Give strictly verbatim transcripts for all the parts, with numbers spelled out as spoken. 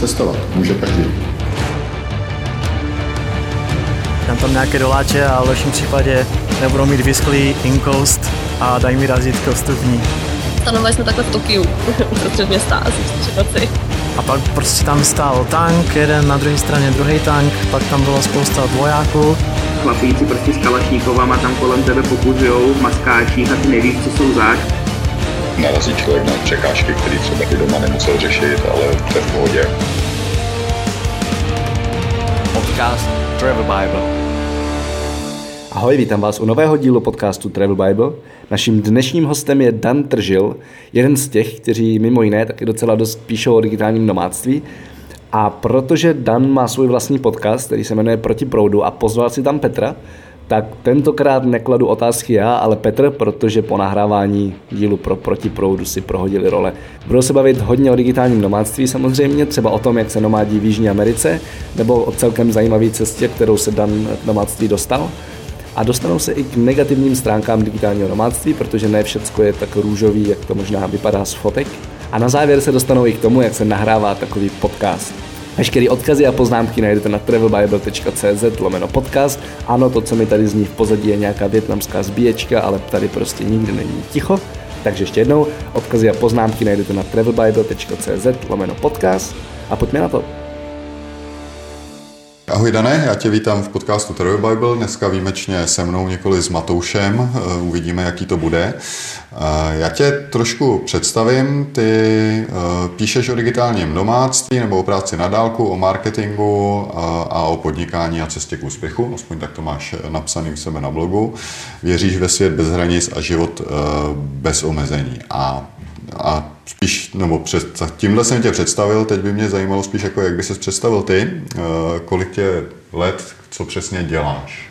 cestovat může každý. Dám tam nějaké doláče a v lepším případě nebudou mít vysklý inkoust a dají mi razítko vstupní. Stanovali jsme takhle v Tokiu, uprostřed města, asi v tři noci. A pak prostě tam stál tank, jeden na druhé straně druhý tank, pak tam bylo spousta vojáků. Chlapíci prostě s kalašníkovama tam kolem tebe pokuzujou v maskáčích a ty nevíš, co jsou zač. Narazí člověk na překážky, které třeba i doma nemusel řešit, ale to je v pohodě. Podcast Travel Bible. Ahoj, vítám vás u nového dílu podcastu Travel Bible. Naším dnešním hostem je Dan Tržil, jeden z těch, kteří mimo jiné taky docela dost píšou o digitálním nomádství. A protože Dan má svůj vlastní podcast, který se jmenuje Proti proudu a pozval si tam Petra, tak tentokrát nekladu otázky já, ale Petr, protože po nahrávání dílu pro Proti proudu si prohodili role. Budou se bavit hodně o digitálním nomádství samozřejmě, třeba o tom, jak se nomádí v Jižní Americe, nebo o celkem zajímavé cestě, kterou se Dan k nomádství dostal. A dostanou se i k negativním stránkám digitálního nomádství, protože ne všecko je tak růžový, jak to možná vypadá z fotek. A na závěr se dostanou i k tomu, jak se nahrává takový podcast. Veškeré odkazy a poznámky najdete na travelbible tečka cz lomeno podcast. Ano, to, co mi tady zní v pozadí, je nějaká vietnamská zbíječka, ale tady prostě nikdy není ticho. Takže ještě jednou, odkazy a poznámky najdete na travelbible tečka cz lomeno podcast. A pojďme na to. Ahoj Dané, já tě vítám v podcastu Travel Bible. Dneska výjimečně se mnou, nikoli s Matoušem. Uvidíme, jaký to bude. Já tě trošku představím. Ty píšeš o digitálním nomádství nebo o práci na dálku, o marketingu a o podnikání a cestě k úspěchu. Aspoň tak to máš napsaný u sebe na blogu. Věříš ve svět bez hranic a život bez omezení. A A spíš, nebo před, tímhle jsem tě představil, teď by mě zajímalo spíš, jako jak by ses představil ty, kolik tě let, co přesně děláš?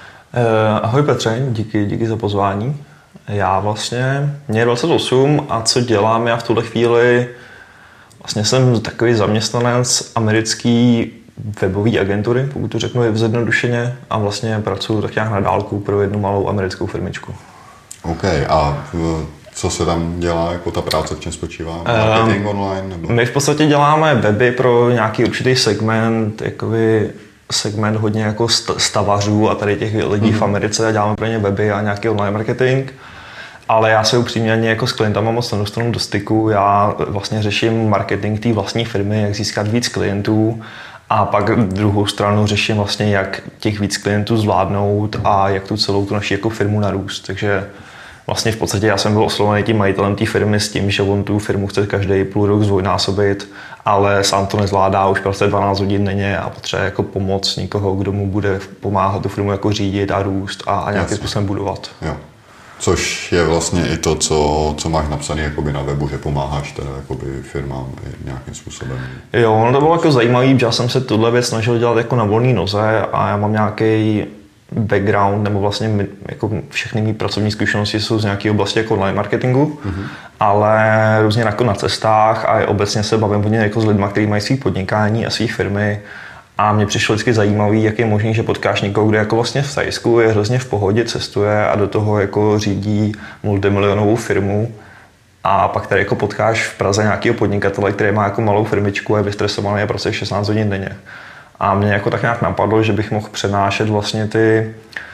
Ahoj Petře, díky, díky za pozvání. Já vlastně, mě je dvacet osm a co dělám já v tuhle chvíli, vlastně jsem takový zaměstnanec americký webové agentury, pokud to řeknu zjednodušeně, a vlastně pracuji tak nějak na dálku pro jednu malou americkou firmičku. OK, a co se tam dělá, jako ta práce, v čem spočívá? Marketing um, online? Nebo? My v podstatě děláme weby pro nějaký určitý segment, jakoby segment hodně jako stavařů a tady těch lidí mm. v Americe, děláme pro ně weby a nějaký online marketing. Ale já se upřímně ani jako s klientama moc nedostanu do styku. Já vlastně řeším marketing té vlastní firmy, jak získat víc klientů. A pak druhou stranu řeším vlastně, jak těch víc klientů zvládnout a jak tu celou tu naši jako firmu narůst. Takže vlastně v podstatě já jsem byl oslovený tím majitelem té firmy s tím, že on tu firmu chce každý půl rok zdvojnásobit, ale sám to nezvládá, už prostě dvanáct hodin denně a potřebuje jako pomoc někoho, kdo mu bude pomáhat tu firmu jako řídit a růst a, a nějakým způsobem budovat. Jo. Což je vlastně i to, co, co máš napsané jakoby na webu, že pomáháš teda jakoby firmám nějakým způsobem. Jo, ono to bylo jako zajímavý, že já jsem se tuhle věc snažil dělat jako na volné noze a já mám nějaký background, nebo vlastně jako všechny mý pracovní zkušenosti jsou z nějaké oblasti jako online marketingu, mm-hmm. ale různě jako na cestách a obecně se bavím hodně jako s lidmi, kteří mají svý podnikání a svý firmy. A mně přišlo vždycky zajímavý, jak je možný, že potkáš někoho, kdo jako vlastně v Thajsku je hrozně v pohodě, cestuje a do toho jako řídí multimilionovou firmu. A pak tady jako potkáš v Praze nějakého podnikatele, který má jako malou firmičku a je vystresovaný a pracuje šestnáct hodin denně. A mě jako tak nějak napadlo, že bych mohl přenášet vlastně ty,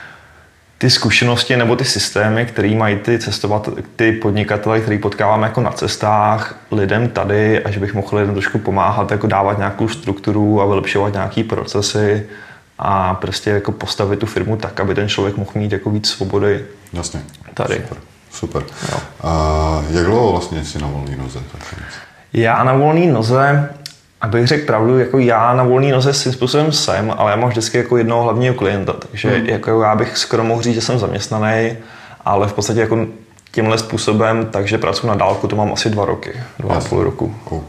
ty zkušenosti nebo ty systémy, které mají ty cestovat, ty podnikatele, který potkáváme jako na cestách, lidem tady, a že bych mohl lidem trošku pomáhat, jako dávat nějakou strukturu a vylepšovat nějaký procesy a prostě jako postavit tu firmu tak, aby ten člověk mohl mít jako víc svobody. Jasně. Tady. Super. Super. A jak dlouho vlastně jsi na volné noze? Já na volné noze, abych řekl pravdu, jako já na volné noze svým způsobem jsem, ale já mám vždycky jako jednoho hlavního klienta, takže hmm. jako já bych skoro mohl říct, že jsem zaměstnaný, ale v podstatě jako tímhle způsobem, takže pracuji na dálku, to mám asi dva roky, dva a půl roku. OK.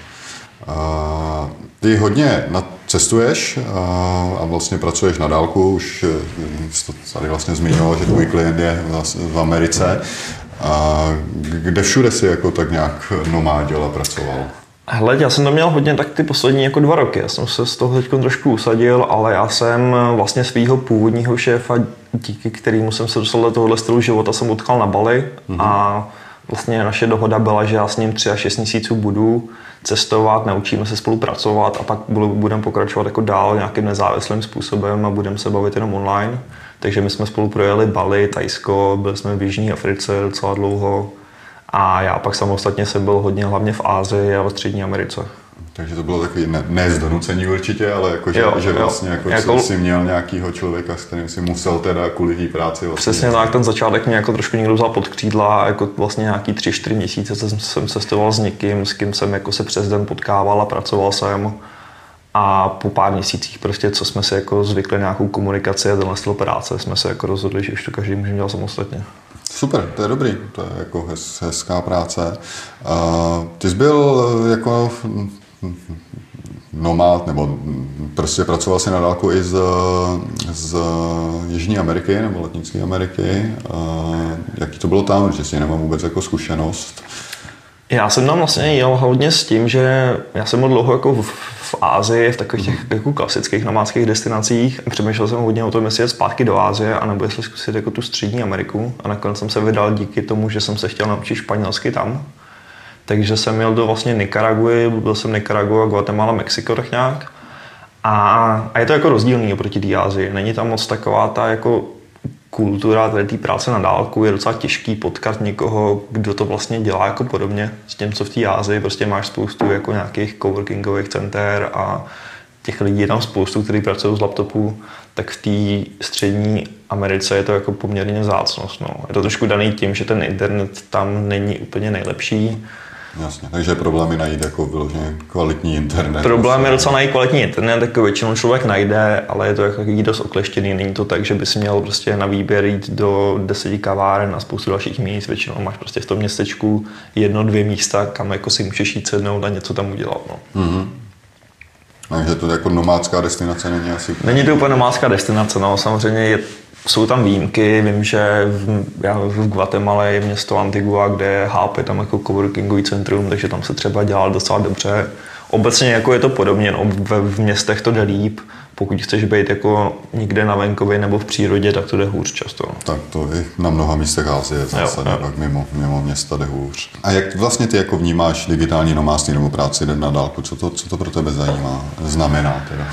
A ty hodně cestuješ a, a vlastně pracuješ na dálku, už jsi to tady vlastně zmiňoval, že tvůj klient je v Americe. A kde všude jsi jako tak nějak nomádil a pracoval? Hele, já jsem to měl hodně tak ty poslední jako dva roky. Já jsem se z toho teď trošku usadil, ale já jsem vlastně svýho původního šéfa, díky kterému jsem se dostal do tohohle stylu života, jsem utkal na Bali mm-hmm. a vlastně naše dohoda byla, že já s ním tři až šest měsíců budu, cestovat, naučíme se spolupracovat a pak budeme pokračovat jako dál nějakým nezávislým způsobem a budeme se bavit jenom online. Takže my jsme spolu projeli Bali, Thajsko, byli jsme v Jižní Africe docela dlouho a já pak samostatně jsem byl hodně hlavně v Asii a v Střední Americe. Takže to bylo takový ne, ne z donucení určitě, ale jako, že, jo, že vlastně jo. Jako, jako jsi měl nějakýho člověka, s kterým si musel teda kvůli té práci. Vlastně přesně tak, ten začátek mě jako trošku někdo vzal pod křídla, jako vlastně nějaký tři čtyři měsíce jsem, jsem cestoval s někým, s kým jsem jako se přes den potkával a pracoval jsem. A po pár měsících prostě, co jsme si jako zvykli nějakou komunikaci a tenhle styl práce, jsme se jako rozhodli, že už to každý může dělat samostatně. Super, to je dobrý, to je jako hez, hezká práce. Uh, ty jsi byl jako nomád, nebo prostě pracoval si na dálku i z, z Jižní Ameriky nebo Latinské Ameriky. Uh, jaký to bylo tam, že si nemám vůbec jako zkušenost? Já jsem tam vlastně jel hodně s tím, že já jsem byl dlouho jako v, v Asii, v takových těch jako klasických nomádských destinacích. Přemýšlel jsem hodně o tom, jestli jet zpátky do Asie, anebo jestli zkusit jako tu Střední Ameriku. A nakonec jsem se vydal díky tomu, že jsem se chtěl naučit španělsky tam. Takže jsem jel do vlastně Nikaraguy, byl jsem Nicaragua, Guatemala, Mexiko tak nějak. A, a je to jako rozdílný oproti té Asii. Není tam moc taková ta jako kultura tady té práce na dálku, je docela těžký potkat někoho, kdo to vlastně dělá jako podobně s tím, co v té Asii. Prostě máš spoustu jako nějakých coworkingových center a těch lidí je tam spoustu, kteří pracují z laptopů, tak v té Střední Americe je to jako poměrně vzácnost. No. Je to trošku daný tím, že ten internet tam není úplně nejlepší. Jasně, takže problém je najít jako vyloženě kvalitní internet. Problém je docela najít kvalitní internet, jako většinou člověk najde, ale je to jako dost okleštěný. Není to tak, že bys měl prostě na výběr jít do deseti kaváren a spoustu dalších míst. Většinou máš prostě v tom městečku jedno, dvě místa, kam jako si můžeš jít sednout a něco tam udělat. No. Mm-hmm. Takže to jako nomádská destinace není asi... Není to úplně nomádská destinace, no. Samozřejmě je, jsou tam výjimky. Vím, že v, já v Guatemala je město Antigua, kde je H P, tam jako coworkingový centrum, takže tam se třeba dělá docela dobře. Obecně jako je to podobně, no. v, v městech to jde líp. Pokud chceš být jako někde na venkově nebo v přírodě, tak to jde hůř často. Tak to i na mnoha místech Asie zásadně, pak mimo, mimo města jde hůř. A jak vlastně ty jako vnímáš digitální nomádství nebo práci na dálku? Co to, co to pro tebe zajímá, znamená teda?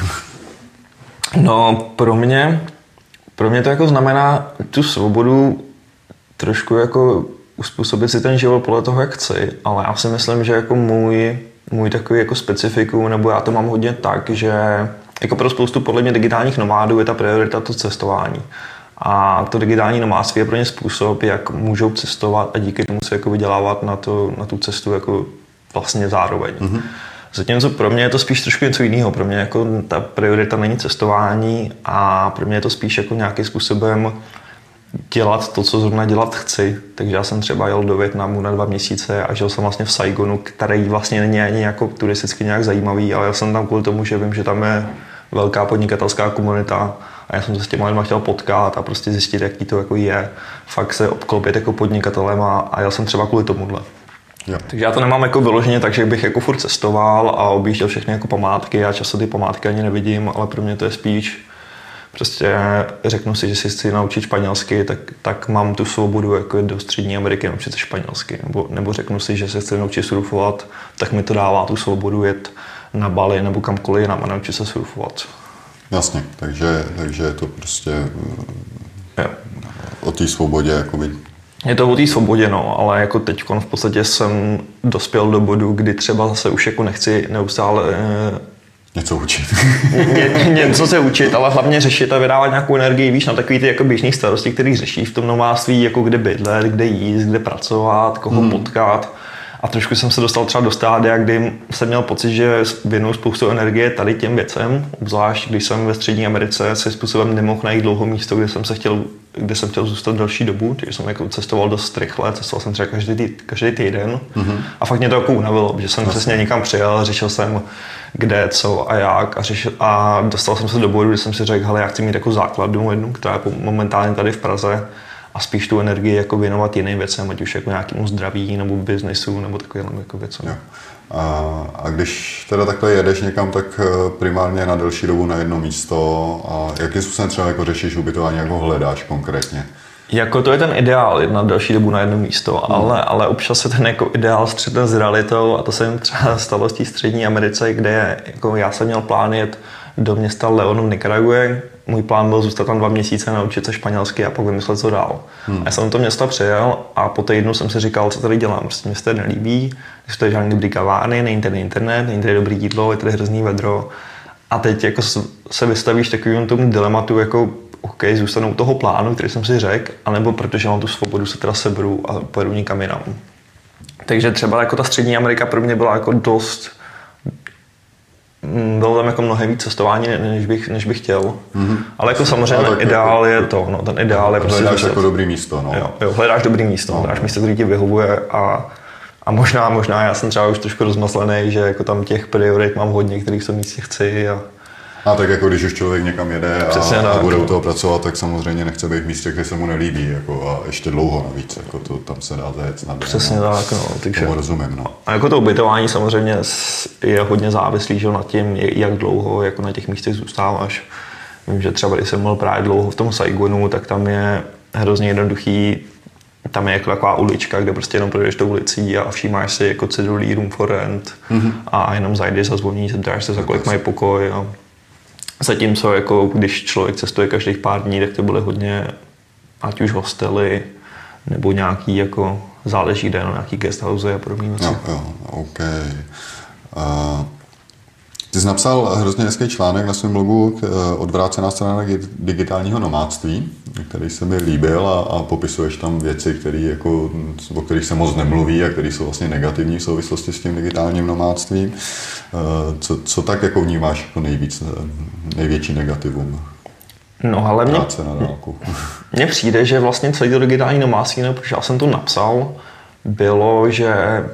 No pro mě, pro mě to jako znamená tu svobodu trošku jako uspůsobit si ten život podle toho, jak chci, ale já si myslím, že jako můj, můj takový jako specifikum, nebo já to mám hodně tak, že jako pro spoustu podle mě digitálních nomádů je ta priorita to cestování. A to digitální nomádství je pro ně způsob, jak můžou cestovat a díky tomu se jako vydělávat na, to, na tu cestu jako vlastně zároveň. Mm-hmm. Zatímco pro mě je to spíš trošku něco jiného. Pro mě jako ta priorita není cestování a pro mě je to spíš jako nějakým způsobem dělat to, co zrovna dělat chci. Takže já jsem třeba jel do Vietnamu na dva měsíce a žil jsem vlastně v Saigonu, který vlastně není ani jako turisticky nějak zajímavý, ale já jsem tam kvůli tomu, že vím, že tam je velká podnikatelská komunita a já jsem se s těma lidma chtěl potkat a prostě zjistit, jaký to jako je. Fakt se obklopit jako podnikatelem a, a jel jsem třeba kvůli tomuhle. Jo. Takže já to nemám jako vyloženě tak, že bych jako furt cestoval a objížděl všechny jako památky. Já často ty památky ani nevidím, ale pro mě to je spíš prostě řeknu si, že si chci naučit španělsky, tak, tak mám tu svobodu jako do Střední Ameriky naučit se španělsky. Nebo, nebo řeknu si, že se chci naučit surfovat, tak mi to dává tu svobodu jet na Bali nebo kamkoliv jinam a naučit se surfovat. Jasně, takže, takže je to prostě jo. O té svobodě jakoby. Je to o té svobodě, no, ale jako teď v podstatě jsem dospěl do bodu, kdy třeba zase už jako nechci neustále něco učit. ně, něco se učit, ale hlavně řešit a vydávat nějakou energii, víš, na takový ty jako běžný starosti, který řeší v tom nomádství, jako kde bydlet, kde jíst, kde pracovat, koho hmm. potkat. A trošku jsem se dostal třeba do stádia, kdy jsem měl pocit, že věnuju spoustu energie tady těm věcem, obzvlášť když jsem ve Střední Americe se způsobem nemohl najít dlouho místo, kde jsem se chtěl, kde jsem chtěl zůstat delší dobu, takže jsem jako cestoval dost rychle, cestoval jsem třeba každý, tý, každý týden mm-hmm. a fakt mě to jako unavilo, že jsem přesně někam přijel, řešil jsem kde, co a jak a, řešil, a dostal jsem se do bodu, kdy jsem si řekl, hele, já chci mít jako základnu jednu, která je momentálně tady v Praze, a spíš tu energii jako věnovat jiným věcem, ať už jako nějakému zdraví nebo biznesu nebo takovým jako věcem. A, a když teda takhle jedeš někam, tak primárně na delší dobu na jedno místo a jakým způsobem třeba jako řešíš ubytování, jako hledáš konkrétně? Jako to je ten ideál, na další dobu na jedno místo, hmm. ale, ale občas se ten jako ideál střetne s realitou a to se jim třeba stalo v té střední Americe, kde je, jako já jsem měl plán jet do města León v Nikaraguě. Můj plán byl zůstat tam dva měsíce, naučit se španělsky a pak vymyslet, co dál. Hmm. A já jsem do toho města přijel a po týdnu jsem si říkal, co tady dělám. Prostě mě se tady nelíbí, že tady žádný dobrý kavárny, není tady internet, není tady dobrý jídlo, je tady hrozný vedro. A teď jako se vystavíš takovým tomu dilematu, jako OK, zůstanu u toho plánu, který jsem si řekl, anebo protože mám tu svobodu, se teda sebru a pojedu nikam jinam. Takže třeba jako ta střední Amerika pro mě byla jako dost, bylo tam jako mnohem víc cestování, než bych, než bych chtěl. Mm-hmm. Ale jako samozřejmě ten ideál jako, je to, no, ten ideál je prostě... Hledáš jako dobrý místo, no. Jo, jo, hledáš dobrý místo, no. hledáš místo, který ti vyhovuje a, a možná, možná já jsem třeba už trošku rozmazlený, že jako tam těch priorit mám hodně, kterých jsem místě chci a... A tak jako když už člověk někam jede a, a bude u toho pracovat, tak samozřejmě nechce být v místě, kde se mu nelíbí jako, a ještě dlouho navíc, jako to, tam se dá zajet snad. Přesně no, tak, no. Takže, tomu rozumím, no. A jako to ubytování samozřejmě je hodně závislý, že, nad tím, jak dlouho jako na těch místech zůstáváš. Vím, že třeba když jsem byl právě dlouho v tom Saigonu, tak tam je hrozně jednoduchý, tam je jako taková ulička, kde prostě jenom projdeš tou ulicí a všímáš si jako cedulí room for rent mm-hmm. a jenom zajdeš a zvoníš, zeptáš se, za kolik mají pokoj. A zatímco jako když člověk cestuje každých pár dní, tak to byly hodně, ať už hostely, nebo nějaký jako záleží kde, no, nějaký guesthouse a podobné věci. Jo, jo, OK. Uh, ty jsi napsal hrozně hezký článek na svém blogu Odvrácená strana digitálního nomádství, který se mi líbil a, a popisuješ tam věci, které jako, o kterých se moc nemluví a které jsou vlastně negativní v souvislosti s tím digitálním nomádstvím. Co, co tak jako vnímáš jako nejvíc, největší negativum? No ale mě, práce na dálku. Mně přijde, že vlastně celý to digitální nomádství, protože já jsem to napsal, bylo, že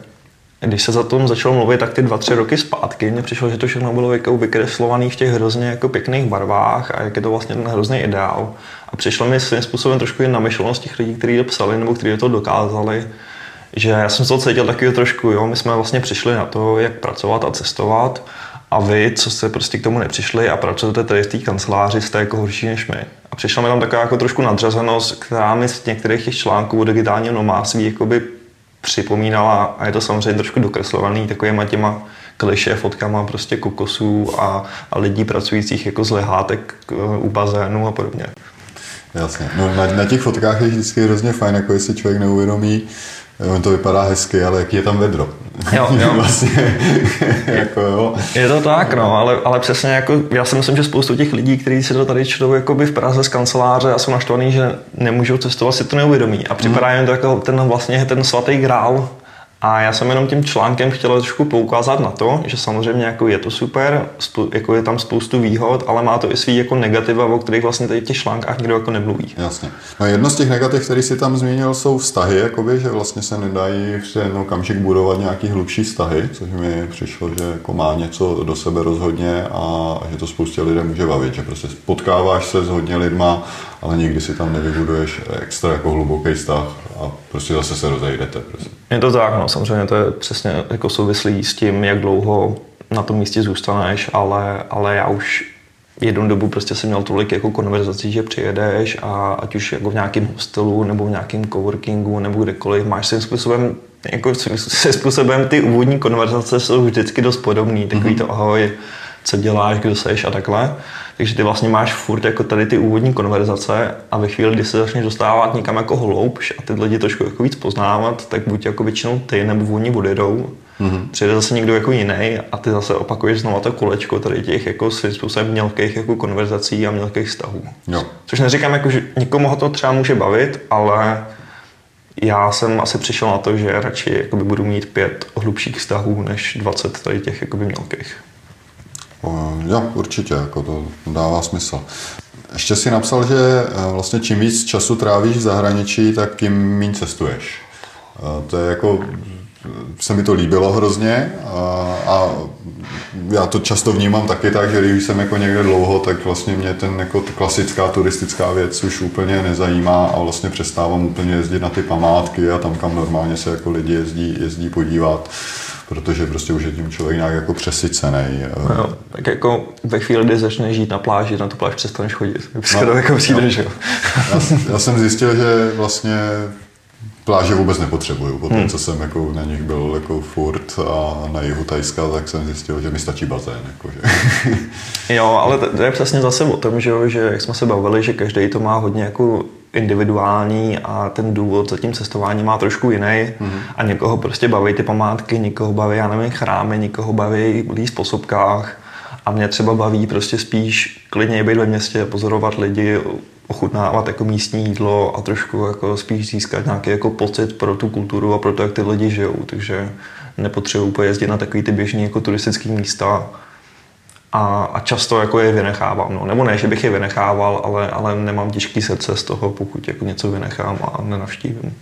když se za tom začalo mluvit, tak ty dva, tři roky zpátky mně přišlo, že to všechno bylo jako vykreslované v těch hrozně jako pěkných barvách a jak je to vlastně ten hrozný ideál. A přišlo mi svým způsobem trošku jen namyšlenost těch lidí, kteří to psali nebo kteří to dokázali, že já jsem z toho cítil takového trošku, jo, my jsme vlastně přišli na to, jak pracovat a cestovat a vy, co jste prostě k tomu nepřišli a pracujete tady v té kanceláři, jste jako horší než my. A přišla mi tam taková jako trošku nadřazenost, která mi z některých těch článků o digitálním nomádství jakoby připomínala a je to samozřejmě trošku dokreslovaný takovýma těma klišé fotkama prostě kokosů a, a lidí pracujících jako z lehátek u bazénu a podobně. Jasně. No, na, na těch fotkách je vždycky hrozně fajn, jako jestli člověk neuvědomí, on to vypadá hezky, ale jaký je tam vedro. Jo, jo. vlastně, jako, jo. Je to tak, no, ale, ale přesně jako, já si myslím, že spoustu těch lidí, kteří si to tady čtou jakoby v Praze z kanceláře a jsou naštvaný, že nemůžou cestovat, si to neuvědomí. A připadá jim to jako ten vlastně ten svatý grál. A já jsem jenom tím článkem chtěl trošku poukázat na to, že samozřejmě jako je to super, jako je tam spoustu výhod, ale má to i svý jako negativa, o kterých vlastně tady v těch článkách nikdo jako nemluví. Jasně. No jedno z těch negativ, který si tam zmínil, jsou vztahy, jakoby, že vlastně se nedají v ten okamžik budovat nějaký hlubší vztahy, což mi přišlo, že jako má něco do sebe rozhodně a že to spoustě lidem může bavit, že prostě potkáváš se s hodně lidma, ale nikdy si tam nevybuduješ extra jako hluboký vztah a prostě zase se rozejdete. Prostě. Je to tak, no, samozřejmě to je přesně jako souvislý s tím, jak dlouho na tom místě zůstaneš, ale, ale já už jednu dobu prostě jsem měl tolik jako konverzací, že přijedeš a ať už jako v nějakém hostelu nebo v nějakém coworkingu nebo kdekoliv, máš svým způsobem, jako se způsobem ty úvodní konverzace jsou vždycky dost podobný, takový to ahoj, co děláš, kdo seš a takhle. Takže ty vlastně máš furt jako tady ty úvodní konverzace a ve chvíli, kdy se začneš dostávat někam jako hloubš a ty lidi trošku jako víc poznávat, tak buď jako většinou ty nebo oni odjedou, mm-hmm. přijde zase někdo jako jiný a ty zase opakuješ znovu to kolečko tady těch jako svým způsobem mělkých jako konverzací a mělkých vztahů. Jo. Což neříkám, jako, že někomu to třeba může bavit, ale já jsem asi přišel na to, že radši jakoby budu mít pět hlubších vztahů než dvacet tady těch jakoby mělkých. Jo, určitě, jako to dává smysl. Ještě si napsal, že vlastně čím víc času trávíš v zahraničí, tak tím méně cestuješ. To je jako se mi to líbilo hrozně a, a já to často vnímám taky tak, že když jsem jako někde dlouho, tak vlastně mě ten jako klasická turistická věc už úplně nezajímá a vlastně přestávám úplně jezdit na ty památky a tam, kam normálně se jako lidi jezdí, jezdí podívat, protože prostě už je tím člověk nějak jako přesycený. No, tak jako ve chvíli, kdy začneš žít na pláži, na tu pláž přestaneš chodit. No, to jako přijde, no. Že jo. Já, já jsem zjistil, že vlastně pláže vůbec nepotřebuju. Po tom, hmm. co jsem jako na nich byl jako furt a na jihu Thajska, tak jsem zjistil, že mi stačí bazén. Jakože. Jo, ale to je přesně zase o tom, že, že jak jsme se bavili, že každý to má hodně jako individuální a ten důvod za tím cestováním má trošku jiný hmm. a někoho prostě baví ty památky, někoho baví, já nevím, chrámy, někoho baví líst po sopkách a mě třeba baví prostě spíš klidně být ve městě, pozorovat lidi, ochutnávat jako místní jídlo a trošku jako spíš získat nějaký jako pocit pro tu kulturu a pro to, jak ty lidi žijou, takže nepotřebuji úplně jezdit na takový ty běžný jako turistický místa a, a často jako je vynechávám, no. Nebo ne, že bych je vynechával, ale, ale nemám těžký srdce z toho, pokud jako něco vynechám a nenavštívím.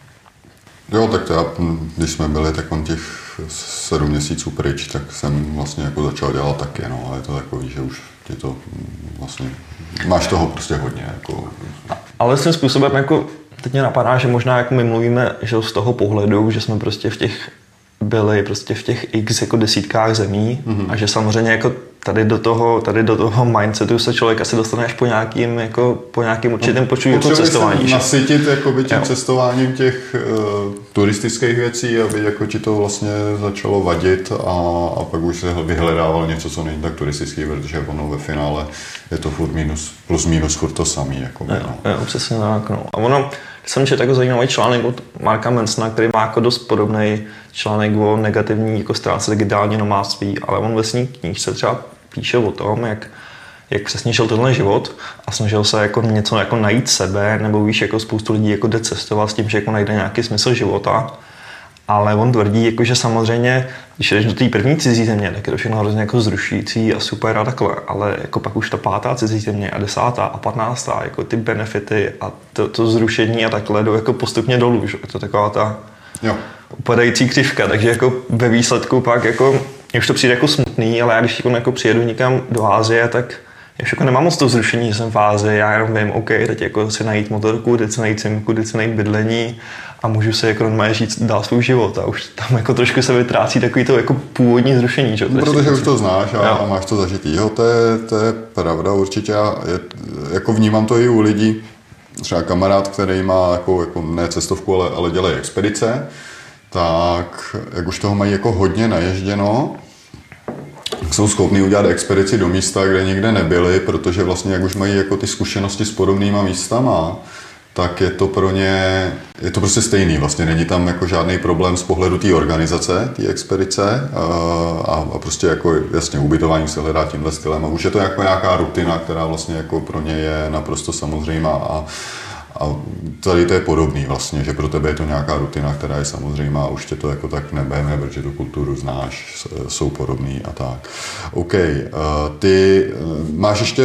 Jo, tak to já, když jsme byli tak on těch sedm měsíců pryč, tak jsem vlastně jako začal dělat taky, no, ale je to takový, že už je to vlastně, máš toho prostě hodně, jako. Ale svým způsobem, jako, teď mě napadá, že možná jako my mluvíme, že z toho pohledu, že jsme prostě v těch, byli prostě v těch x jako desítkách zemí mm-hmm. a že samozřejmě jako tady do toho, tady do toho mindsetu se člověk asi dostane až po nějakým, jako, po nějakým určitým no, počtu jako cestování. Potřebuje se nasytit jakoby, tím jo. cestováním těch uh, turistických věcí, aby jako ti to vlastně začalo vadit a, a pak už se vyhledával něco, co není tak turistický, protože ono ve finále je to furt minus, plus minus furt to samý. Jakoby, jo, no. jo, přesně tak. No. A ono, jsem četl jako zajímavý článek od Marka Mansona, který má jako dost podobný článek o negativní jako stránce digitální nomádství, ale on ve své knížce třeba píše o tom, jak, jak přesně šel tenhle život a snažil se jako něco jako najít sebe, nebo víš, jako spoustu lidí jako jde cestovat s tím, že jako najde nějaký smysl života. Ale on tvrdí, jako, že samozřejmě, když jdeš do té první cizí země, tak je to všechno hrozně jako zrušující a super a takhle, ale jako pak už ta pátá cizí země a desátá a patnáctá, jako ty benefity a to, to zrušení a takhle jdou jako postupně dolů, že? Je to taková ta jo. upadající křivka, takže jako ve výsledku pak jako, už to přijde jako smutný, ale já když jako, jako přijedu někam do Asie, tak já jako nemám moc to zrušení, že jsem v Ázii, já jenom vím, OK, teď jako si najít motorku, teď si najít simku, teď si najít bydlení a můžu se jako normálně žít dál svůj život a už tam jako trošku se vytrácí takový to jako původní zrušení. Že? Protože už to znáš a, a máš to zažitý. Jo, to je, to je pravda určitě. Já je, jako vnímám to i u lidí, třeba kamarád, který má jako, jako ne cestovku, ale, ale dělají expedice, tak jak už toho mají jako hodně naježděno, jsou schopní udělat expedici do místa, kde nikde nebyli, protože vlastně jak už mají jako ty zkušenosti s podobnýma místama, tak je to pro ně, je to prostě stejný. Vlastně není tam jako žádný problém z pohledu té organizace, té expedice a, a prostě jako jasně ubytování se hledá tímhle stylem a už je to jako nějaká rutina, která vlastně jako pro ně je naprosto samozřejmá a A tady to je podobný vlastně, že pro tebe je to nějaká rutina, která je samozřejmá a už tě to jako tak nebeme, protože tu kulturu znáš, jsou podobný a tak. OK, ty máš ještě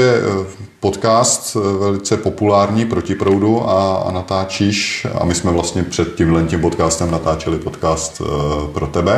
podcast velice populární Proti proudu a, a natáčíš, a my jsme vlastně před tímhle tím podcastem natáčeli podcast pro tebe.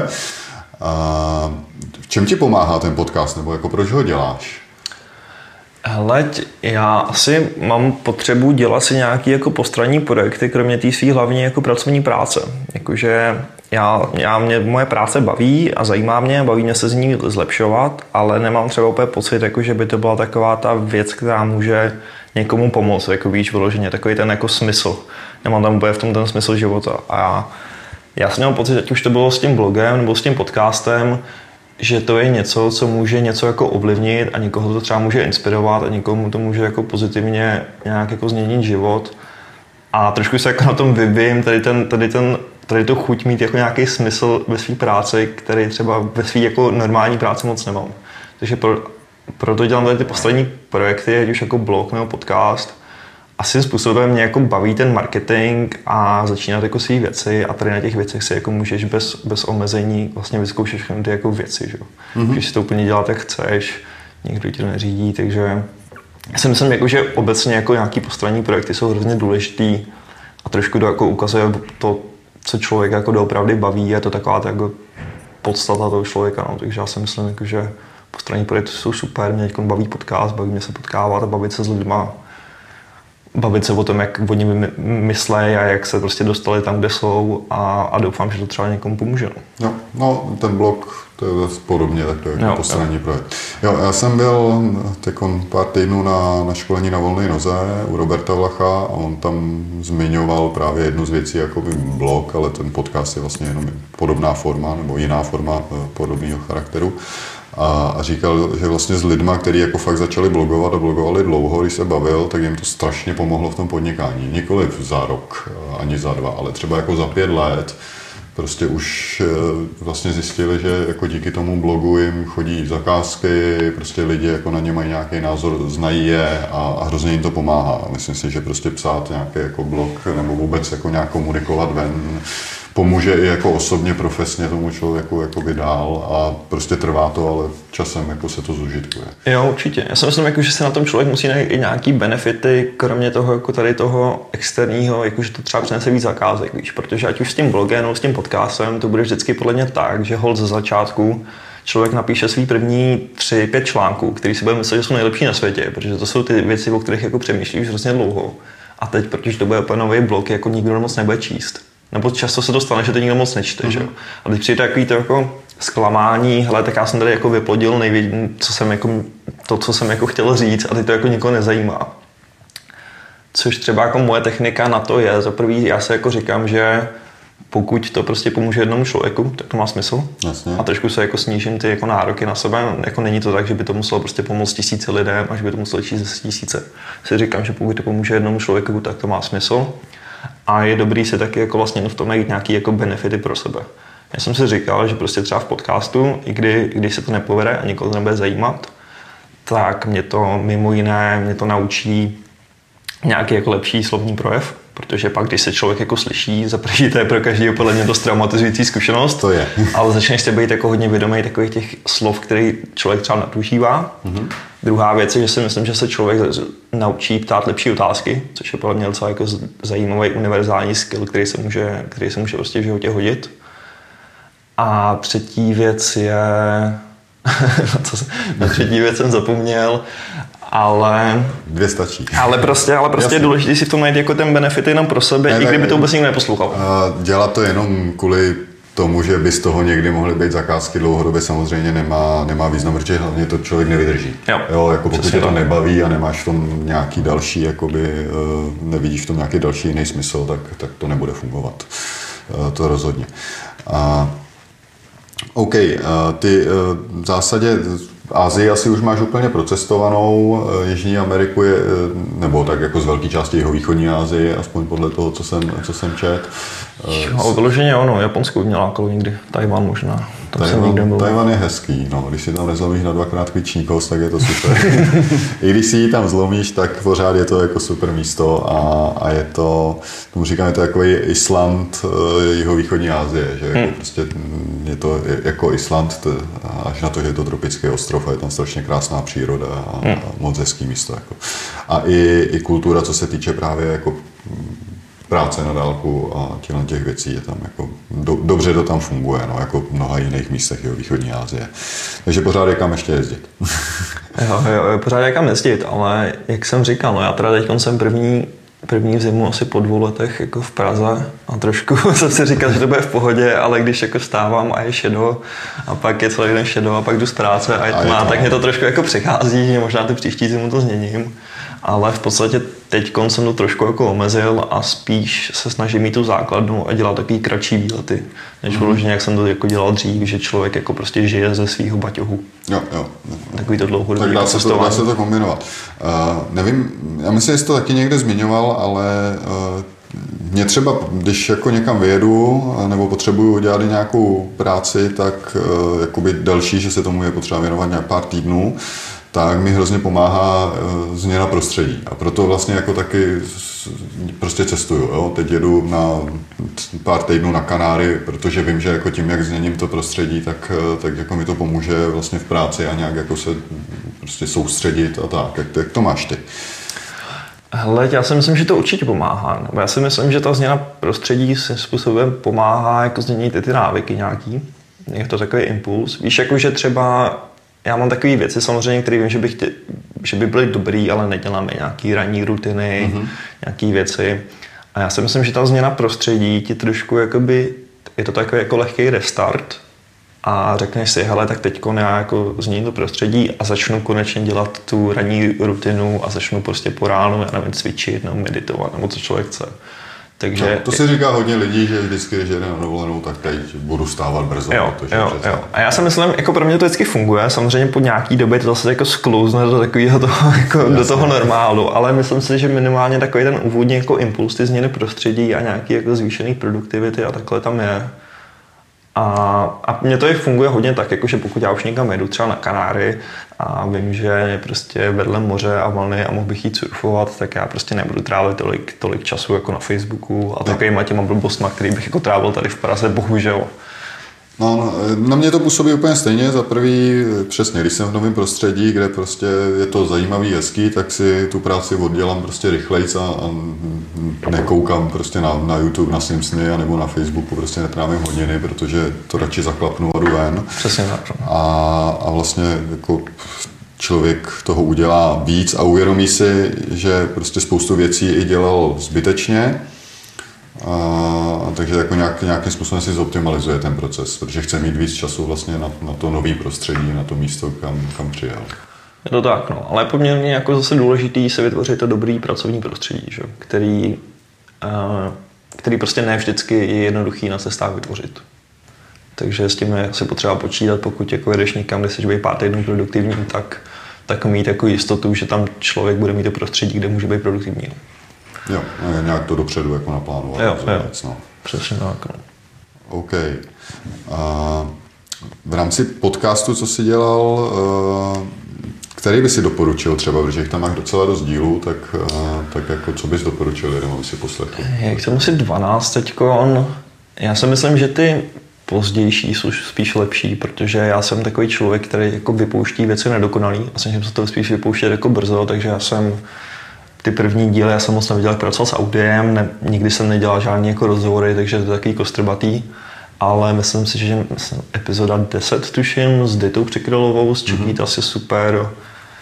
V čem ti pomáhá ten podcast, nebo jako proč ho děláš? Hele, já asi mám potřebu dělat si nějaký jako postranní projekty, kromě té svý hlavní jako pracovní práce. Jakože já, já mě moje práce baví a zajímá mě, baví mě se z ní zlepšovat, ale nemám třeba úplně pocit, jako, že by to byla taková ta věc, která může někomu pomoct, jako víš, vyloženě, takový ten jako smysl. Nemám tam úplně v tom ten smysl života. A já, já jsem měl pocit, ať už to bylo s tím blogem nebo s tím podcastem, že to je něco, co může něco jako ovlivnit a někoho to třeba může inspirovat a někomu to může jako pozitivně nějak jako změnit život. A trošku se jako na tom vybím, tady, ten, tady, ten, tady to chuť mít jako nějaký smysl ve své práci, který třeba ve své jako normální práci moc nemám. Takže pro, proto dělám tady ty poslední projekty, ať už jako blog nebo podcast. A svým způsobem mě jako baví ten marketing a začínat jako svý věci a tady na těch věcech si jako můžeš bez, bez omezení vlastně vyzkoušet všechny ty jako věci, že? Mm-hmm. Můžeš si to úplně dělat, jak chceš, nikdo ti to neřídí, takže já si myslím, jako, že obecně jako nějaký postranní projekty jsou hrozně důležitý a trošku to jako ukazuje to, co člověka jako doopravdy baví, je to taková ta jako podstata toho člověka, no. Takže já si myslím, jako, že postranní projekty jsou super, mě teď baví podcast, baví mě se potkávat a bavit se s lidma, bavit se o tom, jak oni myslejí a jak se prostě dostali tam, kde jsou a, a doufám, že to třeba někomu pomůže. No, no, no ten blog, to je podobně, tak to je jako postranní projekt. Jo, já jsem byl teď pár týdnů na, na školení na volné noze u Roberta Vlacha a on tam zmiňoval právě jednu z věcí, jako by blog, ale ten podcast je vlastně jenom podobná forma nebo jiná forma podobného charakteru. A, a říkal, že vlastně s lidma, kteří jako fakt začali blogovat a blogovali dlouho, když se bavil, tak jim to strašně pomohlo v tom podnikání. Nikoliv za rok, ani za dva, ale třeba jako za pět let. Prostě už vlastně zjistili, že jako díky tomu blogu jim chodí zakázky, prostě lidi jako na ně mají nějaký názor, znají je a, a hrozně jim to pomáhá. Myslím si, že prostě psát nějaký jako blog nebo vůbec jako nějak komunikovat ven pomůže i jako osobně, profesně tomu člověku jakoby dál a prostě trvá to, ale časem jako se to zužitkuje. Jo, určitě. Já si myslím, jako, že se na tom člověk musí najít i nějaký benefity, kromě toho jako tady toho externího, jako, že to třeba přinese víc zakázek, víš, protože ať už s tím blogem nebo s tím podcastem, to bude vždycky podle mě tak, že hold ze začátku člověk napíše svý první tři, pět článků, který si bude myslet, že jsou nejlepší na světě, protože to jsou ty věci, o kterých jako přemýšlíš hrozně dlouho. A teď, protože to bude úplně nový blog, jako nikdo moc nebude číst. Nebo často se to stane, že to nikdo moc nečte, mm-hmm. že jo. A teď přijde takový to jako zklamání, hele, tak já jsem tady jako vyplodil největší, co jsem jako, to, co jsem jako chtěl říct a teď to jako nikoho nezajímá. Což třeba jako moje technika na to je, za prvý já se jako říkám, že pokud to prostě pomůže jednomu člověku, tak to má smysl. Jasně. A trošku se jako snížím ty jako nároky na sebe. Jako není to tak, že by to muselo prostě pomoct tisíce lidem a že by to muselo číst zase tisíce. Si říkám, že pokud to pomůže jednomu člověku, tak to má smysl. A je dobrý si taky jako vlastně v tom najít nějaký jako benefity pro sebe. Já jsem si říkal, že prostě třeba v podcastu, i kdy, když se to nepovede a nikoho to nebude zajímat, tak mě to mimo jiné, mě to naučí nějaký jako lepší slovní projev, protože pak, když se člověk jako slyší, za první to je pro každého podle mě dost traumatizující zkušenost, to je. Ale začneš si být jako hodně vědomý takových těch slov, který člověk třeba nadužívá. Mm-hmm. Druhá věc je, že si myslím, že se člověk naučí ptát lepší otázky, což je podle mě docela jako zajímavý univerzální skill, který se může, který se může prostě v životě hodit. A třetí věc je... na třetí věc jsem zapomněl, ale... Dvě stačí. Ale prostě, ale prostě je důležité si v tom najít jako ten benefit jenom pro sebe, ne, i kdyby to vůbec nikdo neposlouchal. Dělat to jenom kvůli tomu, že by z toho někdy mohly být zakázky dlouhodobě, samozřejmě nemá, nemá význam, protože hlavně to člověk nevydrží. Jo, jo jako pokud tě to nebaví a nemáš v tom nějaký další, jakoby, nevidíš v tom nějaký další jiný smysl, tak, tak to nebude fungovat. To rozhodně. A OK, ty v zásadě Asii asi už máš úplně procestovanou, Jižní Ameriku je, nebo tak jako z velké části jihovýchodní Asie, aspoň podle toho, co jsem, co jsem čet. Jo, vyloženě ono, Japonsko by mě lákalo někdy, Tajvan možná. Tam jsem nikde byl. Tajvan je hezký, no, když si tam nezlomíš na dvakrát klíční kost, tak je to super. I když si ji tam zlomíš, tak pořád je to jako super místo a, a je to, tomu říkáme, to takový Island jihovýchodní Asie, že jako hmm. prostě je to jako Island, až na to, že je to tropický ostrov a je tam strašně krásná příroda a, hmm. a moc hezký místo. Jako. A i, i kultura, co se týče právě jako práce na dálku a těch věcí je tam jako, do, dobře to tam funguje, no, jako v mnoha jiných místech v východní Asie. Takže pořád je kam ještě jezdit. jo, jo, pořád je kam jezdit, ale jak jsem říkal, no, já teda teď jsem první, první v zimu asi po dvou letech jako v Praze a trošku jsem si říkal, že to bude v pohodě, ale když jako vstávám a je šedo a pak je celý den šedo a pak jdu z práce a je tma, tak mě to trošku jako přechází, že možná ty příští zimu to změním. Ale v podstatě teď jsem to trošku jako omezil a spíš se snažím mít tu základnu a dělat takový kratší výlety. Než vyloženě, jak jsem to jako dělal dřív, že člověk jako prostě žije ze svýho baťohu. Jo, jo. Takový to dlouhodobý tak dá se to, dá se to kombinovat. Uh, nevím, já myslím, že jsi to taky někde zmiňoval, ale uh, mě třeba, když jako někam vyjedu nebo potřebuju dělat nějakou práci, tak uh, jakoby další, že se tomu je potřeba věnovat nějak pár týdnů, tak mi hrozně pomáhá e, změna prostředí. A proto vlastně jako taky s, prostě cestuju. Jo? Teď jedu na pár týdnů na Kanáry, protože vím, že jako tím, jak změním to prostředí, tak, tak jako mi to pomůže vlastně v práci a nějak jako se prostě soustředit a tak. Jak, jak to máš ty? Hele, já si myslím, že to určitě pomáhá. Nebo já si myslím, že ta změna prostředí svým způsobem pomáhá jako změnit i ty návyky nějaký. Je to takový impuls. Víš, jako že třeba já mám takové věci samozřejmě, které vím, že by, chtě, že by byly dobrý, ale neděláme nějaký ranní rutiny, mm-hmm. nějaké věci. A já si myslím, že ta změna prostředí ti trošku jakoby, je to takový jako lehký restart a řekneš si, hele, tak teďko já jako změním to prostředí a začnu konečně dělat tu ranní rutinu a začnu prostě po ránu, já nevím, cvičit nebo meditovat, nebo co člověk chce. Takže, no, to si říká hodně lidí, že vždycky, když jede na dovolenou, tak teď budu stávat brzo. Jo, jo, jo. A já si myslím, jako pro mě to vždycky funguje, samozřejmě po nějaký době to zase jako sklouzne do takového toho, jako do toho normálu, ale myslím si, že minimálně takový ten úvodní jako impuls, ty změny prostředí a nějaký jako zvýšený produktivity a takhle tam je. A, a mně to i funguje hodně tak, jakože pokud já už někam jedu, třeba na Kanáry a vím, že je prostě vedle moře a vlny a mohl bych jít surfovat, tak já prostě nebudu trávit tolik, tolik času jako na Facebooku a takovýma těma blbostma, který bych jako trávil tady v Praze, bohužel. No, no, na mě to působí úplně stejně. Za prvý, přesně, když jsem v novém prostředí, kde prostě je to zajímavý, hezký, tak si tu práci oddělám prostě rychlejc a, a nekoukám prostě na, na YouTube, na Simpsony a nebo na Facebooku, prostě netrávím hodiny, protože to radši zaklapnu a jdu ven. Přesně tak. A, a vlastně jako člověk toho udělá víc a uvědomí si, že prostě spoustu věcí i dělal zbytečně. A, takže jako nějak, nějakým způsobem si zoptimalizuje ten proces, protože chce mít víc času vlastně na, na to nový prostředí, na to místo, kam, kam přijel. Je to tak, no. Ale poměrně jako zase důležitý se vytvořit to dobrý pracovní prostředí, že? Který, uh, který prostě ne vždycky je jednoduchý na cestách vytvořit. Takže s tím je asi potřeba počítat, pokud jako jedeš někam, kde chceš být pár týdnů produktivní, tak, tak mít jako jistotu, že tam člověk bude mít to prostředí, kde může být produktivní. Jo, nějak to dopředu jako naplánovat. Jo, jo. Věc, no. Přesně tak. No. OK. A v rámci podcastu, co jsi dělal, který by si doporučil třeba, protože jich tam máš docela dost dílů, tak, tak jako co bys doporučil lidem, aby si poslechl? Jak jsem asi dvanáct teďko, já si myslím, že ty pozdější jsou spíš lepší, protože já jsem takový člověk, který jako vypouští věci nedokonalý a snažím se to spíš vypouštět jako brzo, takže já jsem ty první díly, já jsem moc neviděl, jak pracoval s audiem, ne, nikdy jsem nedělal žádný jako rozhovory, takže to je takový kostrbatý, ale myslím si, že myslím, epizoda deset tuším s Ditou Přikrylovou, s Čekýt mm-hmm. asi super. Uh,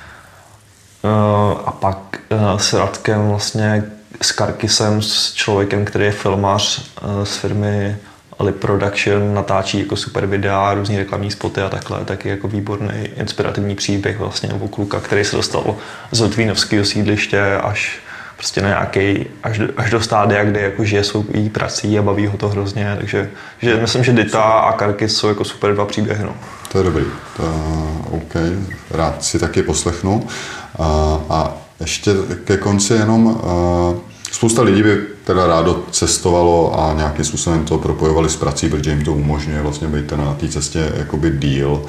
a pak uh, s Radkem vlastně, s Karkisem, s člověkem, který je filmař uh, z firmy Lip Production, natáčí jako super videa, různý reklamní spoty a takhle, taky jako výborný inspirativní příběh vlastně o kluka, který se dostal z litvínovského sídliště až prostě na nějaký, až do, až do stádia, kde jako žije svou jí prací a baví ho to hrozně, takže že myslím, že Dita a Karkis jsou jako super dva příběhy. No. To je dobrý, to, OK, rád si taky poslechnu. A, a ještě ke konci jenom, a, spousta lidí by teda rádo cestovalo a nějakým způsobem to propojovali s prací, protože jim to umožňuje vlastně být na té cestě jakoby díl,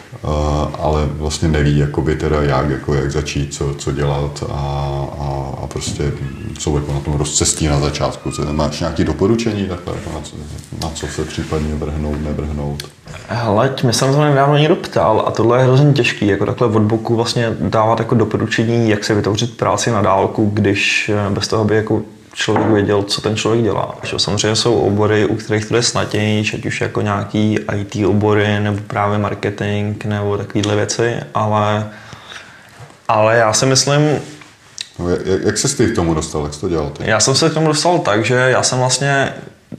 ale vlastně neví jakoby teda jak, jako jak začít, co, co dělat a, a, a prostě jsou jako na tom rozcestí na začátku. Máš nějaké doporučení takhle, na co, na co se případně vrhnout, nevrhnout? Hele, mě se na to nedávno někdo ptal a tohle je hrozně těžký, jako takhle od boku vlastně dávat jako doporučení, jak se vytvořit práci na dálku, když bez toho by jako člověk věděl, co ten člověk dělá. Samozřejmě jsou obory, u kterých to je snadnější, ať už jako nějaký í té obory, nebo právě marketing, nebo takovéhle věci, ale, ale já si myslím... No, jak, jak jsi ty k tomu dostal, jak jsi to dělal? Ty? Já jsem se k tomu dostal tak, že já jsem vlastně,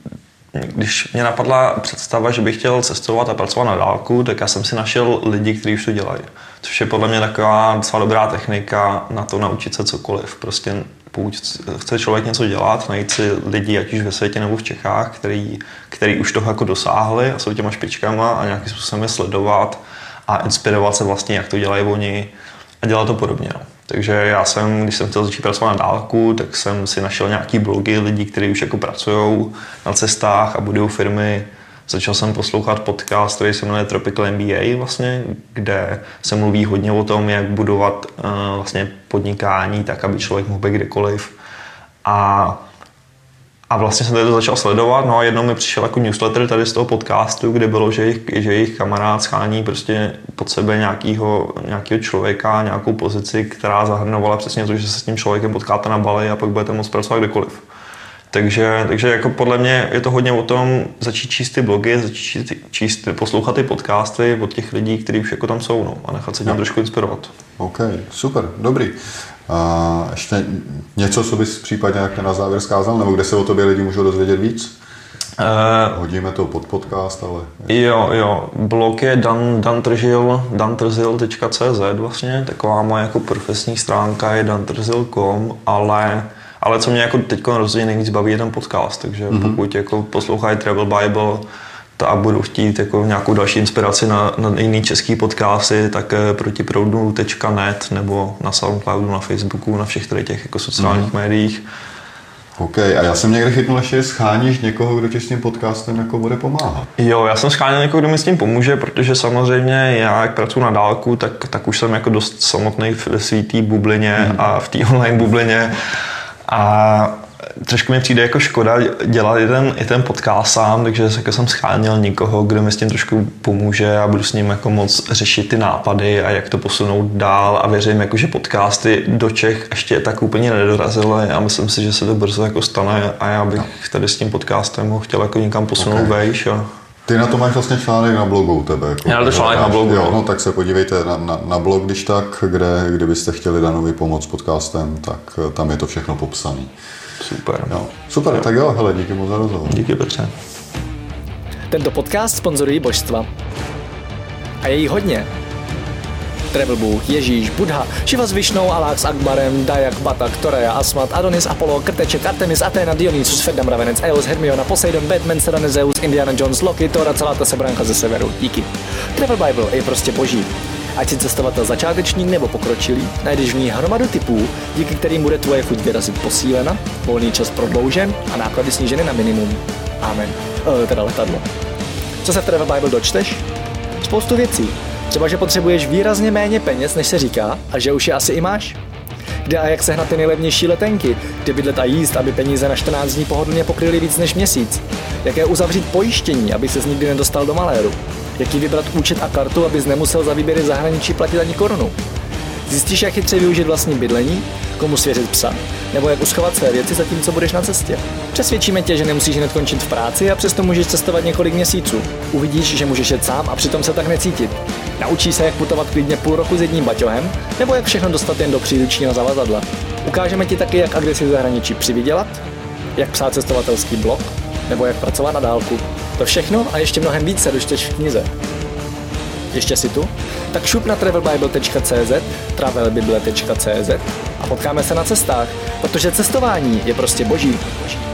když mě napadla představa, že bych chtěl cestovat a pracovat na dálku, tak já jsem si našel lidi, kteří už to dělají. Což je podle mě taková docela dobrá technika na to naučit se cokoliv. Prostě pokud chce člověk něco dělat, najít si lidi, ať už ve světě nebo v Čechách, který, který už toho jako dosáhli a jsou těma špičkama a nějakým způsobem je sledovat a inspirovat se vlastně, jak to dělají oni a dělat to podobně. No. Takže já jsem, když jsem chtěl začít pracovat na dálku, tak jsem si našel nějaký blogy lidí, kteří už jako pracují na cestách a budují firmy. Začal jsem poslouchat podcast, který se jmenuje Tropical M B A, vlastně, kde se mluví hodně o tom, jak budovat uh, vlastně podnikání tak, aby člověk mohl být kdekoliv. A A vlastně jsem tady to začal sledovat, no a jednou mi přišel jako newsletter tady z toho podcastu, kde bylo, že jejich, že jejich kamarád schání prostě pod sebe nějakýho, nějakýho člověka, nějakou pozici, která zahrnovala přesně to, že se s tím člověkem potkáte na Bali a pak budete moct pracovat kdekoliv. Takže, takže jako podle mě je to hodně o tom začít číst ty blogy, začít číst, číst poslouchat ty podcasty od těch lidí, kteří už jako tam jsou, no, a nechat se tím no. trošku inspirovat. OK, super, dobrý. A ještě něco, co bys případně jak na závěr zkázal, nebo kde se o tobě lidi můžou dozvědět víc? Uh, Hodíme to pod podcast, ale... Jo, jo, blog je dan, dantržil, dantržil tečka cé zet vlastně, taková moje jako profesní stránka je dantržil tečka com, ale, ale co mě jako teď rozhodně nejvíc baví je ten podcast, takže mm-hmm. pokud jako poslouchají Travel Bible a budou chtít jako nějakou další inspiraci na, na jiný český podcasty, tak protiproudnu tečka net nebo na Soundcloudu, na Facebooku, na všech těch jako sociálních mm. médiích. OK, a já jsem někde chytnul, že scháníš někoho, kdo ti s tím podcastem jako bude pomáhat. Jo, já jsem scháněl někoho, kdo mi s tím pomůže, protože samozřejmě já, jak pracuji na dálku, tak, tak už jsem jako dost samotný v své té bublině mm. a v té online bublině. A trošku mi přijde jako škoda dělat i ten, i ten podcast sám, takže jako jsem scháněl někoho, kdo mi s tím trošku pomůže a budu s ním jako moc řešit ty nápady a jak to posunout dál a věřím, jako, že podcasty do Čech ještě tak úplně nedorazily a myslím si, že se to brzo jako stane a já bych tady s tím podcastem ho chtěl jako někam posunout okay. vejš. A... Ty na to máš vlastně článek na blogu u tebe. Jako, já na to článek na blogu. Jo, no, tak se podívejte na, na, na blog, když tak, kde, kdybyste chtěli Danovi pomoct s podcastem, tak tam je to všechno popsané. Super. Jo. Super, jo. Tak jo, hele, díky moc za rozhovor. Díky, Petře. Tento podcast sponzorují božstva. A je jí hodně. Travel Bůh, Ježíš, Buddha, Šiva s Višnou, Alák s Akbarem, Dajak, Batak, Toreja, Asmat, Adonis, Apollo, Krteček, Artemis, Athena, Dionysus, Ferdam, Ravenec, Eos, Hermiona, Poseidon, Batman, Serena, Zeus, Indiana Jones, Loki, Thor a celá ta sebranka ze severu. Díky. Travel Bible je prostě boží. Ať si cestovatel začátečník nebo pokročilý, najdeš v ní hromadu typů, díky kterým bude tvoje chuť vyrazit posílena, volný čas prodloužen a náklady sníženy na minimum. Amen. E, teda letadlo. Co se v Travel Bible dočteš? Spoustu věcí. Třeba, že potřebuješ výrazně méně peněz, než se říká, a že už je asi i máš. Kde a jak sehnat ty nejlevnější letenky, kde bydlet a jíst, aby peníze na čtrnáct dní pohodlně pokryly víc než měsíc. Jaké uzavřít pojištění, aby ses nikdy nedostal do maléru. Jaký vybrat účet a kartu, abys nemusel za výběry zahraničí platit ani korunu. Zjistíš, jak chytře využít vlastní bydlení, komu svěřit psa, nebo jak uschovat své věci zatímco budeš na cestě. Přesvědčíme tě, že nemusíš hned končit v práci a přesto můžeš cestovat několik měsíců. Uvidíš, že můžeš jet sám a přitom se tak necítit. Naučíš se, jak putovat klidně půl roku s jedním baťohem, nebo jak všechno dostat jen do příručního zavazadla. Ukážeme ti taky, jak a kde si v zahraničí přivydělat, jak psát cestovatelský blog, nebo jak pracovat na dálku. To všechno a ještě mnohem víc se dočteš v knize. Ještě si tu? Tak šup na travel bible tečka cé zet, travel bible tečka cé zet a potkáme se na cestách, protože cestování je prostě boží. boží.